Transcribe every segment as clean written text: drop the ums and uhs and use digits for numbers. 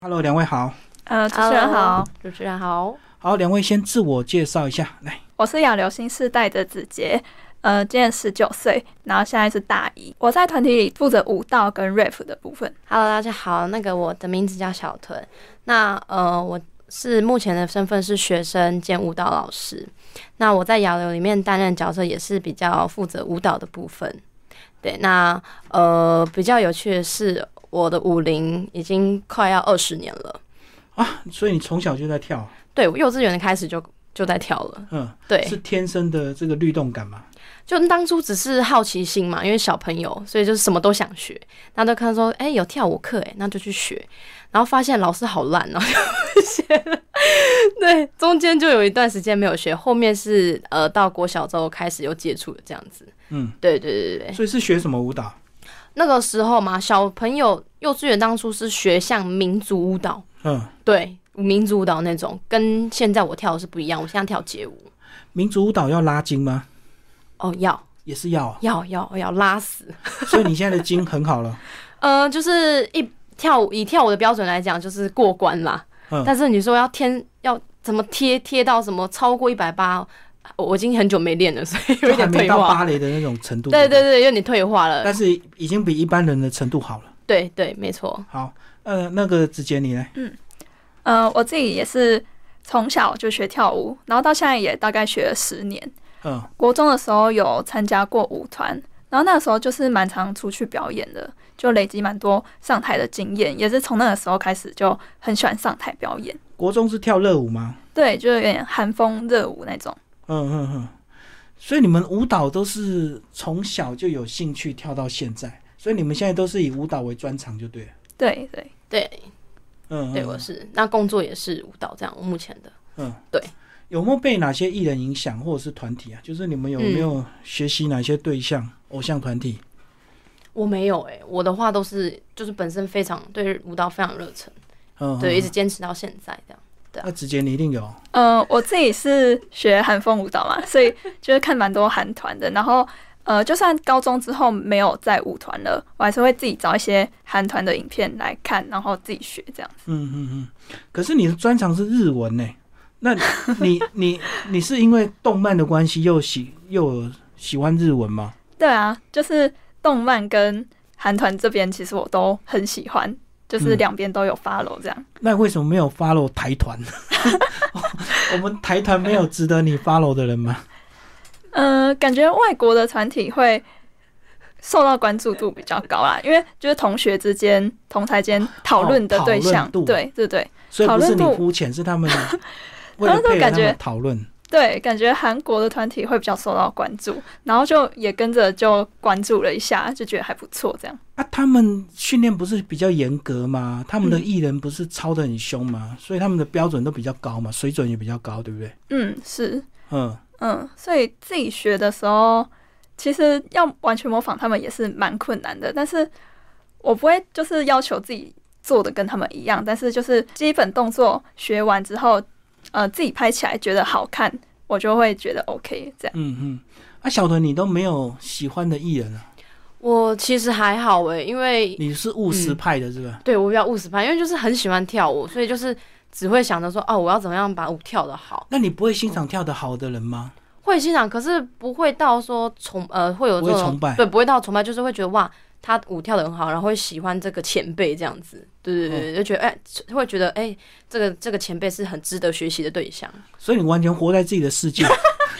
Hello， 两位好。 主持人好。 主持人好。 好，两位先自我介绍一下，来。 我是亚流新世代的子杰，今年19岁，然后现在是大一。我在团体里负责舞蹈跟 rap 的部分。 Hello， 大家好，我的名字叫小屯。我是目前的身份是学生兼舞蹈老师。那我在亚流里面担任角色也是比较负责舞蹈的部分。对，比较有趣的是，我的舞龄已经快要20年了啊！所以你从小就在跳？ 对，我幼稚园开始就在跳了。对， 是天生的这个律动感吗？ 就当初只是好奇心嘛，因为小朋友，所以就是什么都想学。那都看说，有跳舞课，那就去学。然后发现老师好烂，然后就学了。对，中间就有一段时间没有学，后面是到国小之后开始有接触的这样子。对。 所以是学什么舞蹈？ 那个时候嘛，小朋友幼稚园当初是学像民族舞蹈。对，民族舞蹈那种，跟现在我跳的是不一样。我现在跳街舞。 民族舞蹈要拉筋吗？ 要， 也是要， 要拉死。所以你现在的筋很好了。 就是以跳舞的标准来讲，就是过关啦。但是你说要怎么贴到什么超过180，我已经很久没练了，所以有点退化。 就还没到芭蕾的那种程度。 对，有点退化了。 但是已经比一般人的程度好了。 对，没错。 好，那个子杰你呢？ 我自己也是从小就学跳舞，然后到现在也大概学了10年。国中的时候有参加过舞团，然后那个时候就是蛮常出去表演的，就累积蛮多上台的经验，也是从那个时候开始就很喜欢上台表演。 国中是跳热舞吗？ 对，就有点韩风热舞那种。 所以你们舞蹈都是从小就有兴趣跳到现在，所以你们现在都是以舞蹈为专长就对了。 对。 对，我是。那工作也是舞蹈这样，我目前的。对。 有没有被哪些艺人影响，或者是团体啊？就是你们有没有学习哪些对象、偶像团体？ 我没有我的话都是就是本身非常对舞蹈非常热忱，对，一直坚持到现在这样。对啊。 那子杰你一定有。 我自己是学韩风舞蹈嘛，所以就是看蛮多韩团的。然后就算高中之后没有在舞团了，我还是会自己找一些韩团的影片来看，然后自己学这样子。 可是你的专长是日文呢？那你是因为动漫的关系又喜欢日文吗？ 对啊，就是动漫跟韩团这边其实我都很喜欢，就是两边都有 follow 这样。 那为什么没有 follow 台团？我们台团没有值得你 follow 的人吗？ 感觉外国的团体会受到关注度比较高啦，因为就是同学之间、同台间讨论的对象。对， 所以不是你肤浅，是他们为了配合他们讨论。 对，感觉韩国的团体会比较受到关注，然后就也跟着就关注了一下，就觉得还不错这样。 他们训练不是比较严格吗？他们的艺人不是操得很凶吗？所以他们的标准都比较高嘛，水准也比较高，对不对？ 是。所以自己学的时候，其实要完全模仿他们也是蛮困难的，但是我不会就是要求自己做的跟他们一样，但是就是基本动作学完之后，自己拍起来觉得好看，我就会觉得 OK 这样。 小屯你都没有喜欢的艺人啊？ 我其实还好因为你是务实派的是吧？ 对，我比较务实派，因为就是很喜欢跳舞，所以就是只会想着说我要怎么样把舞跳得好。 那你不会欣赏跳得好的人吗？ 会欣赏，可是不会到说会有这种崇拜。 对，不会到崇拜，就是会觉得哇，他舞跳得很好，然后会喜欢这个前辈这样子。对，就觉得会觉得这个前辈是很值得学习的对象。 所以你完全活在自己的世界，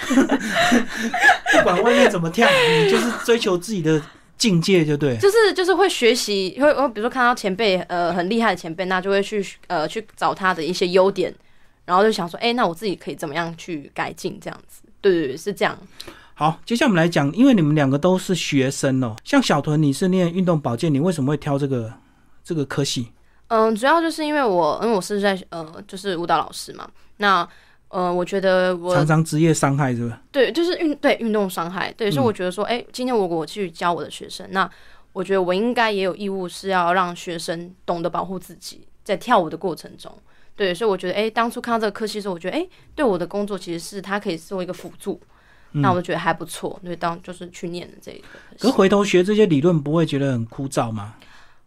不管外面怎么跳，你就是追求自己的境界就对。 就是会学习，会比如说看到前辈很厉害的前辈，那就会去找他的一些优点，然后就想说那我自己可以怎么样去改进这样子。对，是这样。 好，接下来我们来讲，因为你们两个都是学生哦。像小屯你是念运动保健，你为什么会挑这个科系？ 主要就是因为我是在就是舞蹈老师嘛。那我觉得我常常职业伤害是吧？ 对，就是运动伤害。对，所以我觉得说，今天我去教我的学生，那我觉得我应该也有义务是要让学生懂得保护自己，在跳舞的过程中。对，所以我觉得当初看到这个科系的时候，我觉得对我的工作其实是它可以作为一个辅助。那我就觉得还不错，所以就是去念的这个。 可是回头学这些理论不会觉得很枯燥吗？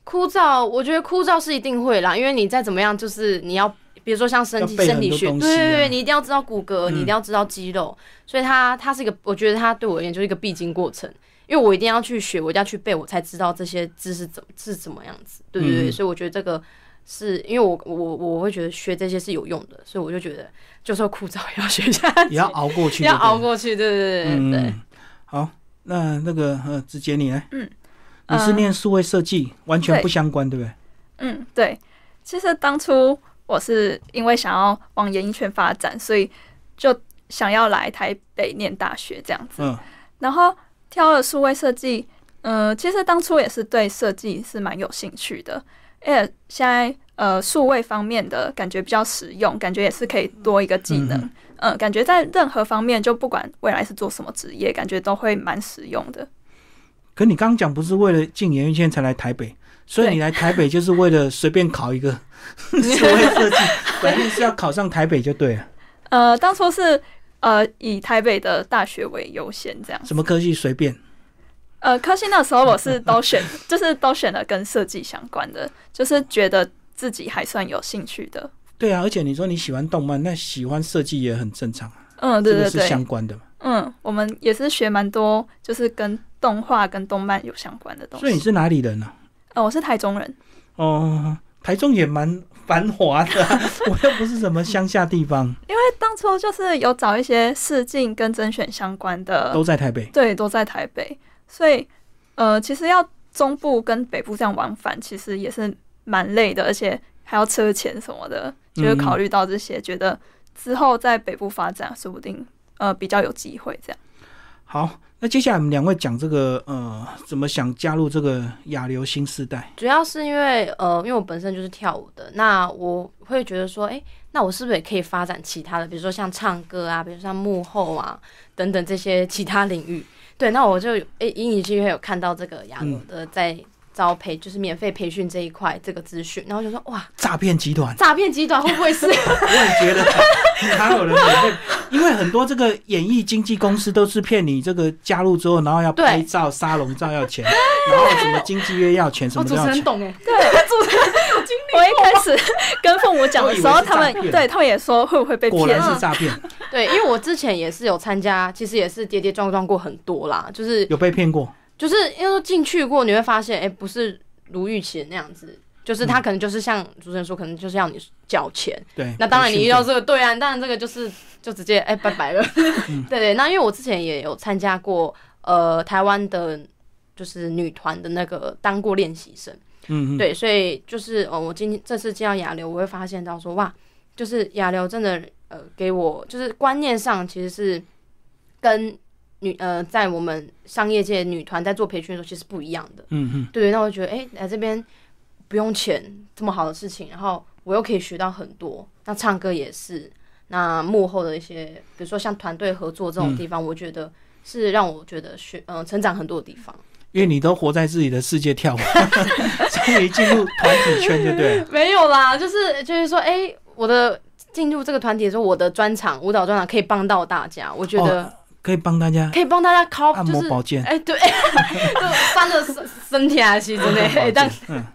枯燥，我觉得枯燥是一定会啦，因为你再怎么样，就是你要，比如说像生理学，对，你一定要知道骨骼，你一定要知道肌肉，所以它是一个，我觉得它对我而言就是一个必经过程，因为我一定要去学，我一定要去背，我才知道这些知识是怎么样子，对，所以我觉得这个是因为我会觉得学这些是有用的，所以我就觉得就算枯燥也要学下去， 也要熬过去， 要熬过去，对。 好，那个子杰你呢？你是念数位设计，完全不相关，对不对？ 对。其实当初我是因为想要往演艺圈发展，所以就想要来台北念大学这样子。然后挑了数位设计，其实当初也是对设计是蛮有兴趣的，因为现在数位方面的感觉比较实用，感觉也是可以多一个技能。感觉在任何方面，就不管未来是做什么职业，感觉都会蛮实用的。 可你刚刚讲不是为了进演艺圈才来台北，所以你来台北就是为了随便考一个数位设计，反正是要考上台北就对了。 当初是以台北的大学为优先，这样。 什么科系随便？ 科系那时候我是都选，就是都选了跟设计相关的，就是觉得自己还算有兴趣的。 对啊，而且你说你喜欢动漫，那喜欢设计也很正常。 对， 这个是相关的。 我们也是学蛮多，就是跟动画跟动漫有相关的东西。 所以你是哪里人呢？ 我是台中人。 台中也蛮繁华的我又不是什么乡下地方。 因为当初就是有找一些试镜跟甄选相关的， 都在台北。 对，都在台北。所以其实要中部跟北部这样往返，其实也是蛮累的，而且还要车钱什么的，就是考虑到这些，觉得之后在北部发展，说不定比较有机会这样。 好，那接下来我们两位讲这个怎么想加入这个亚流新世代？ 主要是因为我本身就是跳舞的，那我会觉得说，那我是不是也可以发展其他的，比如说像唱歌啊，比如说像幕后啊等等这些其他领域。对，那我就因你机会有看到这个亚流的在招培，就是免费培训这一块这个资讯，然后就说哇， 诈骗集团会不会是？我也觉得哪有人免费？因为很多这个演艺经纪公司都是骗你，这个加入之后，然后要拍照、沙龙照要钱，然后什么经纪约要钱，什么都要钱。 主持人懂对，主持人有经历。我一开始跟父母讲的时候，他们也说会不会被骗？ 果然是诈骗。 对，因为我之前也是有参加，其实也是跌跌撞撞过很多啦，就是有被骗过。 就是因为说进去过，你会发现，不是如预期的那样子。就是他可能就是像主持人说，可能就是要你缴钱。 对， 那当然你遇到这个，对啊，当然这个就直接拜拜了。对，那因为我之前也有参加过台湾的，就是女团的那个当过练习生。对，所以就是我这次进到亚流，我会发现到说哇，就是亚流真的给我就是观念上其实是跟在我们商业界女团在做培训的时候其实不一样的。对，那我觉得来这边不用钱这么好的事情，然后我又可以学到很多。那唱歌也是，那幕后的一些，比如说像团队合作这种地方，我觉得是让我觉得成长很多的地方。 因为你都活在自己的世界跳舞，终于进入团体圈，就对了。 没有啦，就是说，我的进入这个团体的时候，我的舞蹈专场可以帮到大家，我觉得。 可以帮大家按摩保健， 对，就翻了身体啊，其实真的，但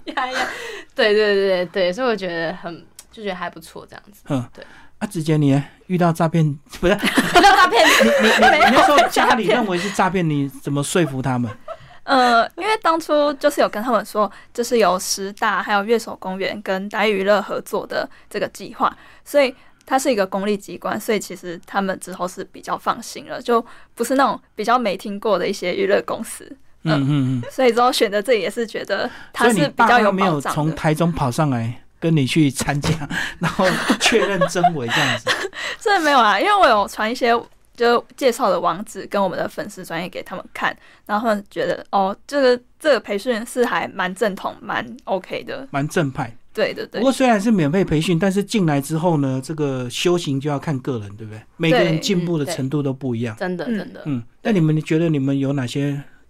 对，所以我觉得就觉得还不错这样子。对。 子杰，你遇到诈骗不是？ 遇到诈骗， 你那时候家里认为是诈骗，你怎么说服他们？ 因为当初就是有跟他们说，就是有师大还有乐手公园跟达娱乐合作的这个计划，所以。它是一个公立机关，所以其实他们之后是比较放心了，就不是那种比较没听过的一些娱乐公司。所以之后选择这里也是觉得它是比较有保障的。所以你爸妈没有从台中跑上来跟你去参加，然后确认真伪这样子？ 这没有啊，因为我有传一些就介绍的网址跟我们的粉丝专页给他们看，然后他们觉得这个培训是还蛮正统、蛮 OK 的， 蛮正派。 对。 不过虽然是免费培训，但是进来之后呢，这个修行就要看个人，对不对？每个人进步的程度都不一样。 真的。 那你觉得你们有哪些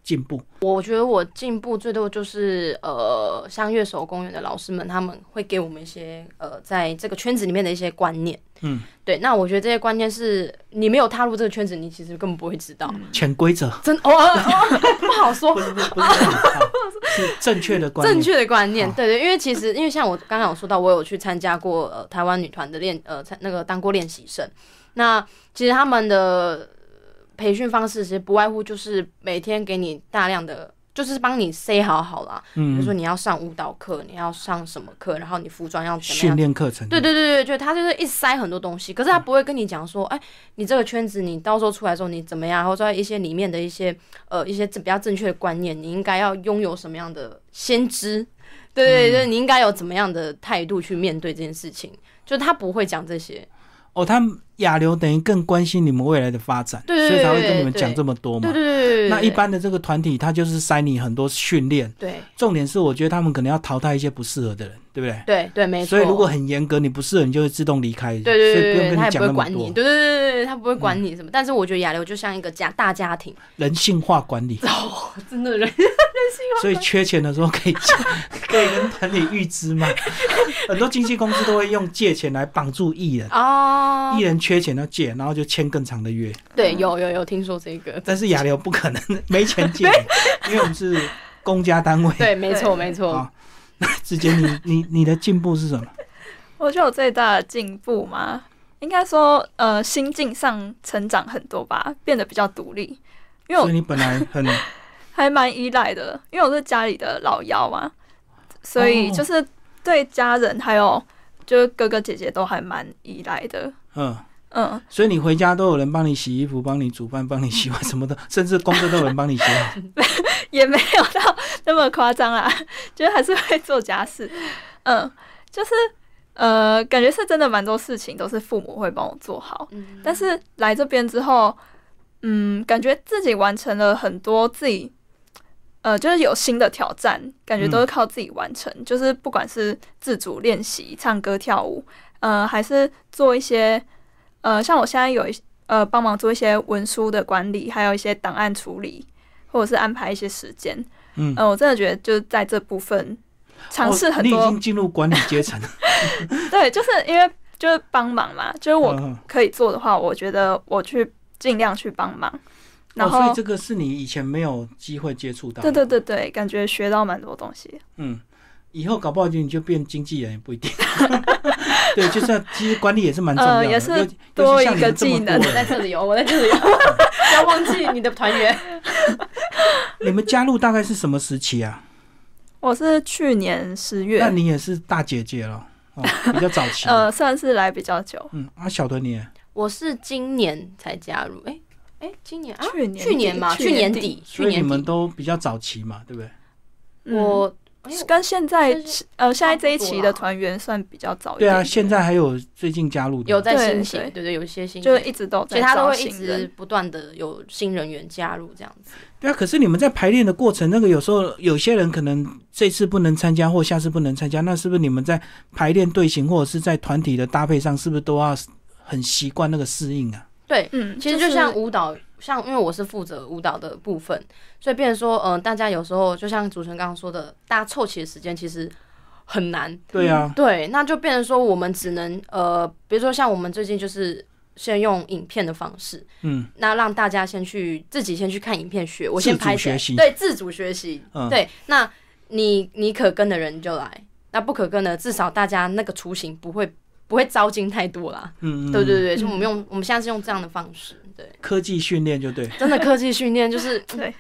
进步？ 我觉得我进步最多就是像乐手公园的老师们，他们会给我们一些在这个圈子里面的一些观念。对，那我觉得这些观念是你没有踏入这个圈子，你其实根本不会知道。 潜规则真不好说， 不是是正确的观念。 正确的观念，对对，因为像我刚刚有说到，我有去参加过台湾女团的那个当过练习生。那其实他们的培训方式其实不外乎就是每天给你大量的，就是帮你塞好啦。比如说你要上舞蹈课，你要上什么课，然后你服装要怎么样训练课程。 对对对对，就他就是一直塞很多东西，可是他不会跟你讲说，哎，你这个圈子你到时候出来之后你怎么样，或者说一些里面的一些比较正确的观念，你应该要拥有什么样的先知。对对对，你应该有怎么样的态度去面对这件事情，就是他不会讲这些。 他亚流等于更关心你们未来的发展， 对对对对， 所以才会跟你们讲这么多嘛。 对对对对， 那一般的这个团体，他就是塞你很多训练。 对， 重点是我觉得他们可能要淘汰一些不适合的人，对不对？ 对对，没错。 所以如果很严格，你不适合，你就会自动离开。 对对对， 所以不用跟他你讲那么多。 对对对对，他不会管你什么。但是我觉得亚流就像一个大家庭， 人性化管理。 真的人性化。 所以缺钱的时候可以跟团体预支嘛。很多经纪公司都会用借钱来绑住艺人。艺人缺钱要借，然后就签更长的约。 对，有听说这个。 但是亚流不可能没钱借，因为我们是公家单位。 对，没错没错。 那子杰，你的进步是什么？ 我觉得我最大的进步嘛，应该说心境上成长很多吧，变得比较独立。因为所以你本来还蛮依赖的，因为我是家里的老幺嘛，所以就是对家人还有就是哥哥姐姐都还蛮依赖的。 所以你回家都有人帮你洗衣服、帮你煮饭、帮你洗碗什么的，甚至工作都有人帮你写好。 也没有到那么夸张啦，就是还是会做家事。就是感觉是真的蛮多事情都是父母会帮我做好。但是来这边之后，感觉自己完成了很多自己就是有新的挑战，感觉都是靠自己完成。就是不管是自主练习、唱歌、跳舞，还是做一些像我现在有帮忙做一些文书的管理，还有一些档案处理，或者是安排一些时间。我真的觉得就是在这部分尝试很多。 你已经进入管理阶层了。 对，就是因为就是帮忙嘛，就是我可以做的话，我觉得我去尽量去帮忙。然后所以这个是你以前没有机会接触到的。 对对对对，感觉学到蛮多东西。 以后搞不好你就变经纪人也不一定。对，就是其实管理也是蛮重要的， 也是多一个技能。 我在这里不要忘记你的团员。 你们加入大概是什么时期啊？ 我是去年10月。 那你也是大姐姐了。比较早期。 算是来比较久。 小的你？ 我是今年才加入。今年去年嘛，去年底。 所以你们都比较早期嘛，对不对？ 我跟现在这一期的团员算比较早一点。 对啊，现在还有最近加入的， 有在新型，对，有一些新， 就是一直都在， 所以他都会一直不断的有新人员加入这样子。 对啊，可是你们在排练的过程，那个有时候有些人可能这次不能参加，或下次不能参加，那是不是你们在排练队形或者是在团体的搭配上，是不是都要很习惯那个适应啊？ 对，其实就像舞蹈。像因为我是负责舞蹈的部分，所以变成说，大家有时候就像主持人刚刚说的，大家凑齐的时间其实很难。 对啊， 对，那就变成说我们只能比如说像我们最近就是先用影片的方式，那让大家自己先去看影片学，我先拍起来，对，自主学习，对，那你可跟的人就来，那不可跟的至少大家那个雏形不会糟心太多啦。对对对，就我们现在是用这样的方式，对， 科技训练就对， 真的科技训练就是对，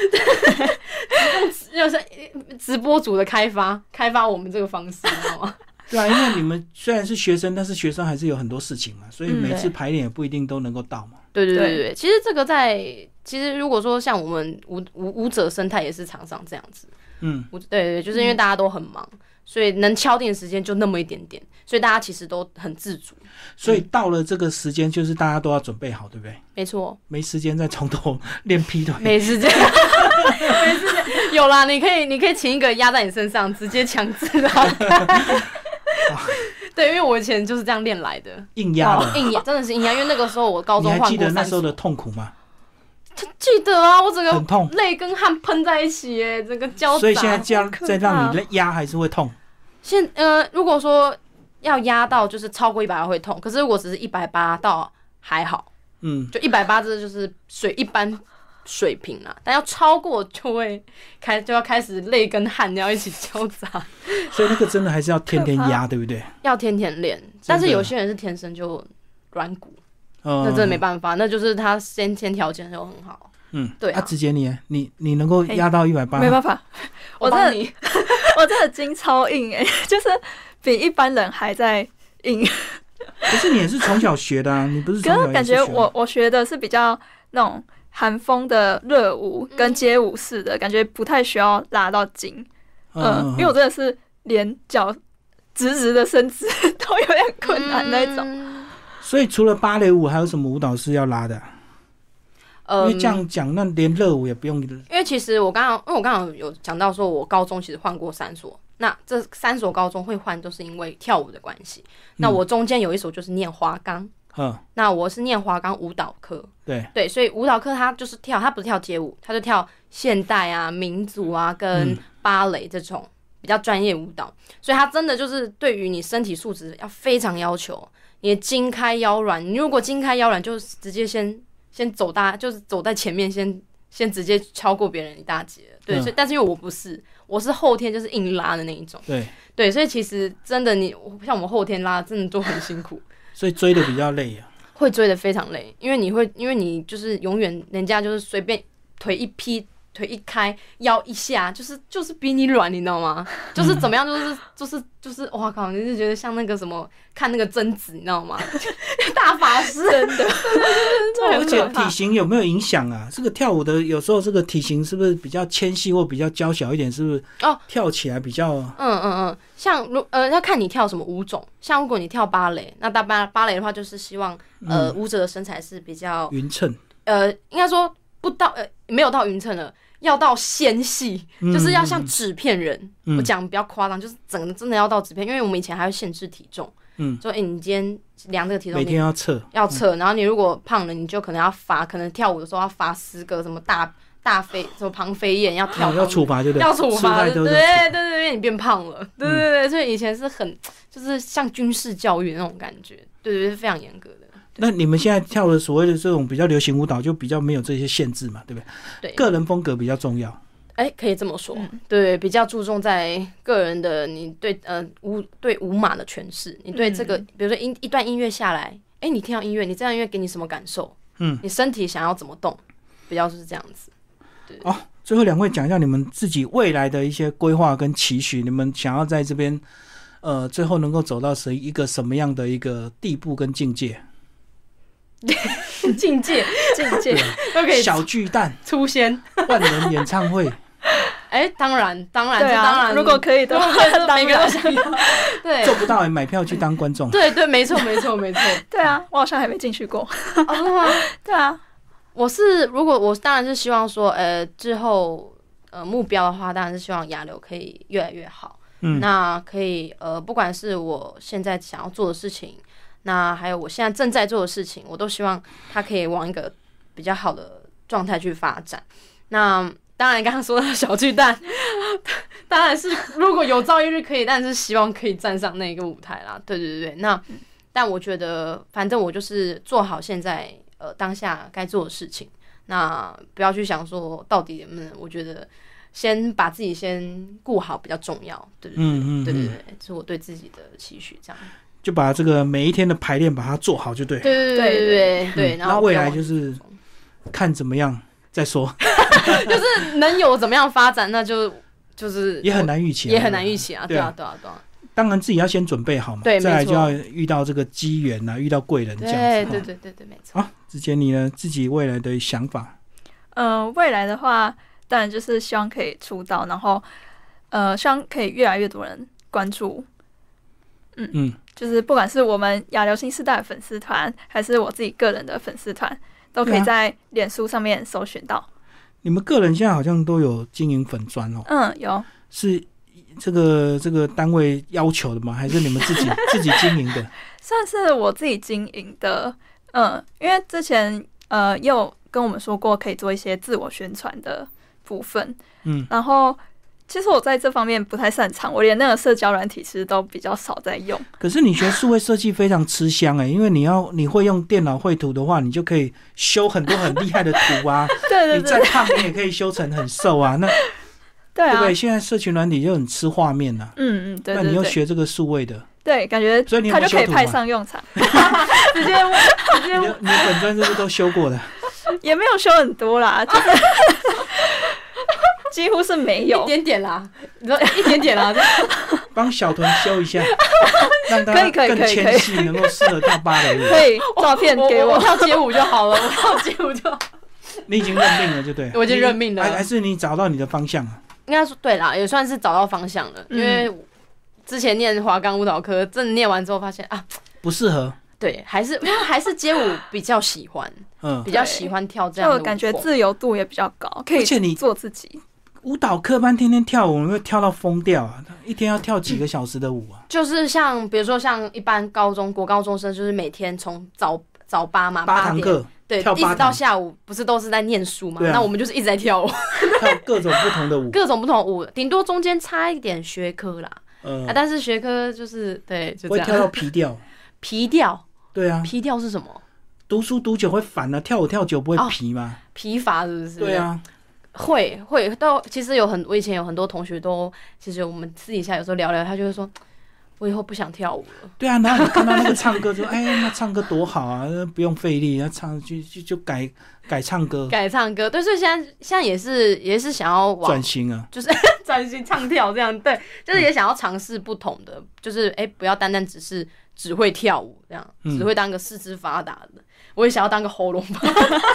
就是直播组的开发我们这个方式，你知道吗？ 对啊，因为你们虽然是学生，但是学生还是有很多事情嘛，所以每次排练也不一定都能够到嘛。 对对对对，其实这个其实如果说像我们舞者生态也是常常这样子，对对，就是因为大家都很忙。所以能敲定的时间就那么一点点，所以大家其实都很自主。 所以到了这个时间，就是大家都要准备好，对不对？ 没错， 没时间再从头练劈腿， 没时间，没时间。有啦，你可以请一个压在你身上，直接强制他。对，因为我以前就是这样练来的， 硬压的， 硬压，真的是硬压。因为那个时候我高中换过3次， 你还记得那时候的痛苦吗？ 记得啊，我整很痛个泪跟汗喷在一起耶，整个交杂。 所以现在这样再让你压还是会痛。 如果说要压到就是超过180会痛，可是如果只是180到还好，就180这就是一般水平啦，但要超过就要开始泪跟汗要一起交杂。 所以那个真的还是要天天压，对不对？ 要天天练，但是有些人是天生就软骨。那真的没办法，那就是他先天条件就很好。对啊。 子杰你能够压到180？ 没办法， 我帮你， 我真的筋超硬就是比一般人还在硬。 可是你也是从小学的啊，你不是从小也是学的？ 可是感觉我学的是比较那种韩风的热舞跟街舞式的，感觉不太需要拉到筋。因为我真的是连脚直直的伸直都有点困难那种。 所以除了芭蕾舞，还有什么舞蹈是要拉的？因为这样讲，那连热舞也不用。 因为其实我刚刚有讲到说，我高中其实换过3所，那这3所高中会换都是因为跳舞的关系。那我中间有一所就是念华冈，那我是念华冈舞蹈科，对，所以舞蹈科它就是它不是跳街舞，它就跳现代啊、民族啊跟芭蕾这种比较专业舞蹈，所以它真的就是对于你身体素质要非常要求。你的筋开腰软，你如果筋开腰软，就直接先走就是走在前面，先直接超过别人一大截。对，所以但是因为我不是，我是后天就是硬拉的那一种。对，所以其实真的像我们后天拉，真的都很辛苦。 所以追的比较累啊。 会追的非常累，因为你就是永远人家就是随便腿一劈。腿一开，腰一下，就是比你软，你知道吗？就是怎么样，就是哇靠！你就觉得像那个什么看那个贞子，你知道吗？大法师，真的。 而且体型有没有影响啊？这个跳舞的有时候这个体型是不是比较纤细或比较娇小一点？是不是？跳起来比较像要看你跳什么舞种。像如果你跳芭蕾，那芭蕾的话，就是希望舞者的身材是比较匀称。 应该说不到没有到匀称了。要到纤细，就是要像纸片人。我讲比较夸张，就是整个真的要到纸片，因为我们以前还会限制体重。说你今天量这个体重， 每天要测， 然后你如果胖了，你就可能要罚，可能跳舞的时候要罚10个什么大飞什么庞飞燕要跳， 要处罚，对不对？ 要处罚，对，因为你变胖了，对，所以以前是很就是像军事教育那种感觉，对，是非常严格的。 那你们现在跳的所谓的这种比较流行舞蹈，就比较没有这些限制嘛，对不对？ 对， 个人风格比较重要。 可以这么说，对，比较注重在个人的你对舞码的诠释，你对这个，比如说一段音乐下来，你听到音乐，你这样音乐给你什么感受？你身体想要怎么动，比较是这样子。对。 最后2位讲一下你们自己未来的一些规划跟期许，你们想要在这边最后能够走到一个什么样的一个地步跟境界？ 境界都可以小巨蛋出现万人演唱会。 当然， 对啊，如果可以的话， 每个都想要。对， 做不到买票去当观众。 对，没错。 对啊，我好像还没进去过。对啊， 我当然是希望说，之后目标的话，当然是希望亚流可以越来越好。那可以不管是我现在想要做的事情。那还有我现在正在做的事情，我都希望它可以往一个比较好的状态去发展。那当然刚刚说的小巨蛋，当然是如果有朝一日可以，但是希望可以站上那个舞台啦。对。那但我觉得反正我就是做好现在当下该做的事情，那不要去想说到底能不能，我觉得先把自己先顾好比较重要。对，这是我对自己的期许，这样。 就把这个每一天的排练把它做好就对。 对。 然后未来就是看怎么样再说。 就是能有怎么样发展，那就是也很难预期， 啊。对啊。 当然自己要先准备好嘛， 对， 再来就要遇到这个机缘啊，遇到贵人这样子。 对，没错。 子杰你呢？自己未来的想法？ 未来的话，当然就是希望可以出道，然后希望可以越来越多人关注。就是不管是我们亚流新世代的粉丝团，还是我自己个人的粉丝团，都可以在脸书上面搜寻到。 你们个人现在好像都有经营粉专哦？ 有。 是这个单位要求的吗？还是你们自己经营的？ 算是我自己经营的。因为之前也有跟我们说过可以做一些自我宣传的部分。然后其实我在这方面不太擅长，我连那个社交软体其实都比较少在用。 可是你学数位设计非常吃香因为你会用电脑绘图的话，你就可以修很多很厉害的图啊。 对， 你再胖你也可以修成很瘦啊。那对啊， 对不对？现在社群软体就很吃画面啊。 对。 那你又学这个数位的， 对，感觉它就可以派上用场。直接你本专是不是都修过的？ 也没有修很多啦，就是几乎是没有， 一点点啦，你说一点点啦， 帮小屯修一下，让他更纤细，能够适合跳芭蕾舞。 可以照片给我跳街舞就好了，我跳街舞就好。 你已经认命了，就对。 我已经认命了， 还是你找到你的方向了？ 应该说对啦，也算是找到方向了。因为之前念华冈舞蹈科，真的念完之后发现啊， 不适合。 对，还是街舞比较喜欢，比较喜欢跳这样的舞风， 就感觉自由度也比较高，可以做自己。 舞蹈课班天天跳舞，你会跳到疯掉啊！一天要跳几个小时的舞啊？ 就是比如说像一般国高中生，就是每天从早八嘛 ，8堂课， 对，一直到下午，不是都是在念书嘛？那我们就是一直在跳舞， 跳各种不同的舞， 各种不同的舞，顶多中间差一点学科啦。但是学科就是对，就这样。 会跳到皮掉。 皮掉。 对啊。 皮掉是什么？ 读书读久会烦啊，跳舞跳久不会皮吗？ 疲乏是不是？ 对啊。 会到其实我以前有很多同学都，其实我们私底下有时候聊聊，他就会说，我以后不想跳舞了。 对啊，然后你看到那个唱歌就那唱歌多好啊，不用费力，那唱就改唱歌。 改唱歌，对，所以现在也是想要往转型啊， 就是转型唱跳这样，对，就是也想要尝试不同的，就是不要单单只会跳舞这样，只会当个四肢发达的。我也想要当个喉咙吧。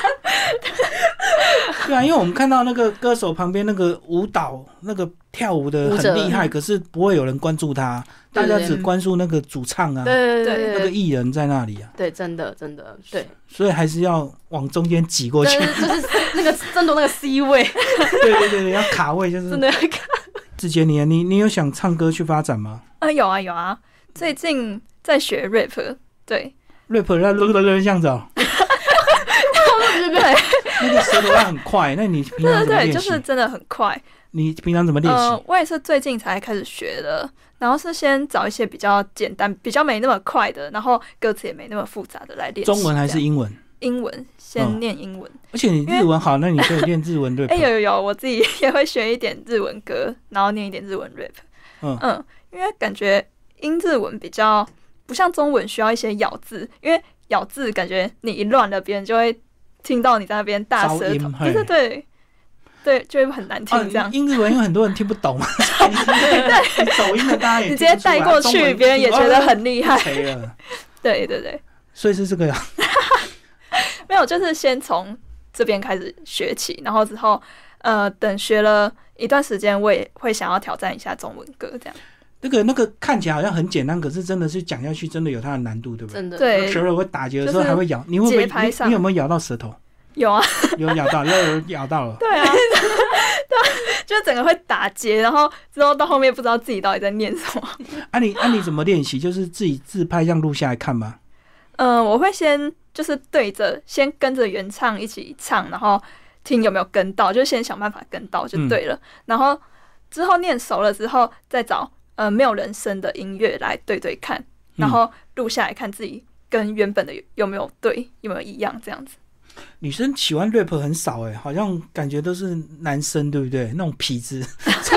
对啊，因为我们看到那个歌手旁边那个舞蹈那个跳舞的很厉害，可是不会有人关注他，大家只关注那个主唱啊， 对， 那个艺人在那里啊。 对，真的对。 所以还是要往中间挤过去， 就是那个争夺那个 C 位。 对，要卡位，就是真的要卡。 志杰，你有想唱歌去发展吗？ 有啊，最近在学 rap， 对。 rap 那这样子哦。 对， 那个舌头要很快，那你平常怎么练习？ 对，就是真的很快。 你平常怎么练习？ 我也是最近才开始学的，然后是先找一些比较简单、比较没那么快的，然后歌词也没那么复杂的来练习。 中文还是英文？ 英文，先念英文。 而且你日文好，那你可以练日文 rap。 有，我自己也会学一点日文歌，然后念一点日文 rap。因为感觉英日文比较不像中文需要一些咬字，因为咬字感觉你一乱了，别人就会听到你在那边大舌头，对，就会很难听这样。 英日文因为很多人听不懂嘛，对，走音的大家也你直接带过去，别人也觉得很厉害。对， 所以是这个呀。 没有，就是先从这边开始学起，然后之后等学了一段时间，我也会想要挑战一下中文歌这样。 那个看起来好像很简单，可是真的是讲下去真的有它的难度，对不对？ 真的。 对。 舌头会打结的时候还会咬，你会不会？你有没有咬到舌头？ 有啊， 有咬到了。 对啊，就整个会打结，然后之后到后面不知道自己到底在念什么。 你怎么练习？就是自己自拍这样录下来看吗？ 我会先就是先跟着原唱一起唱，然后听有没有跟到，就先想办法跟到就对了。然后之后念熟了之后，再找没有人声的音乐来对看，然后录下来看自己跟原本的有没有对，有没有一样这样子。 女生喜欢 rap 很少好像感觉都是男生，对不对？那种痞子。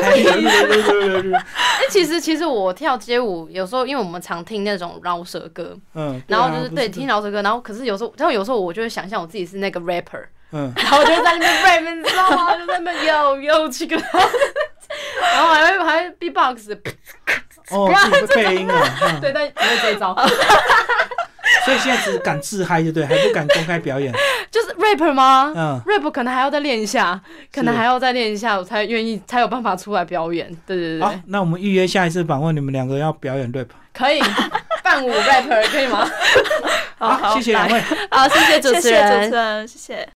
其实我跳街舞有时候，因为我们常听那种饶舌歌，然后就是听饶舌歌，然后可是有时候我就会想象我自己是那个 rapper，然后我就在那边 rap， 你知道吗？就在那边有这个，然后还会 beatbox， 自己配音啊， 对，但没有这一招。 所以现在只敢自嗨，就对，还不敢公开表演。 就是 rap 吗？rap 可能还要再练一下，我才有办法出来表演。对。 好，那我们预约下一次访问，你们两个要表演 rap。 可以，伴舞 rapper 可以吗？ 好，谢谢两位。 好，谢谢主持人， 谢谢。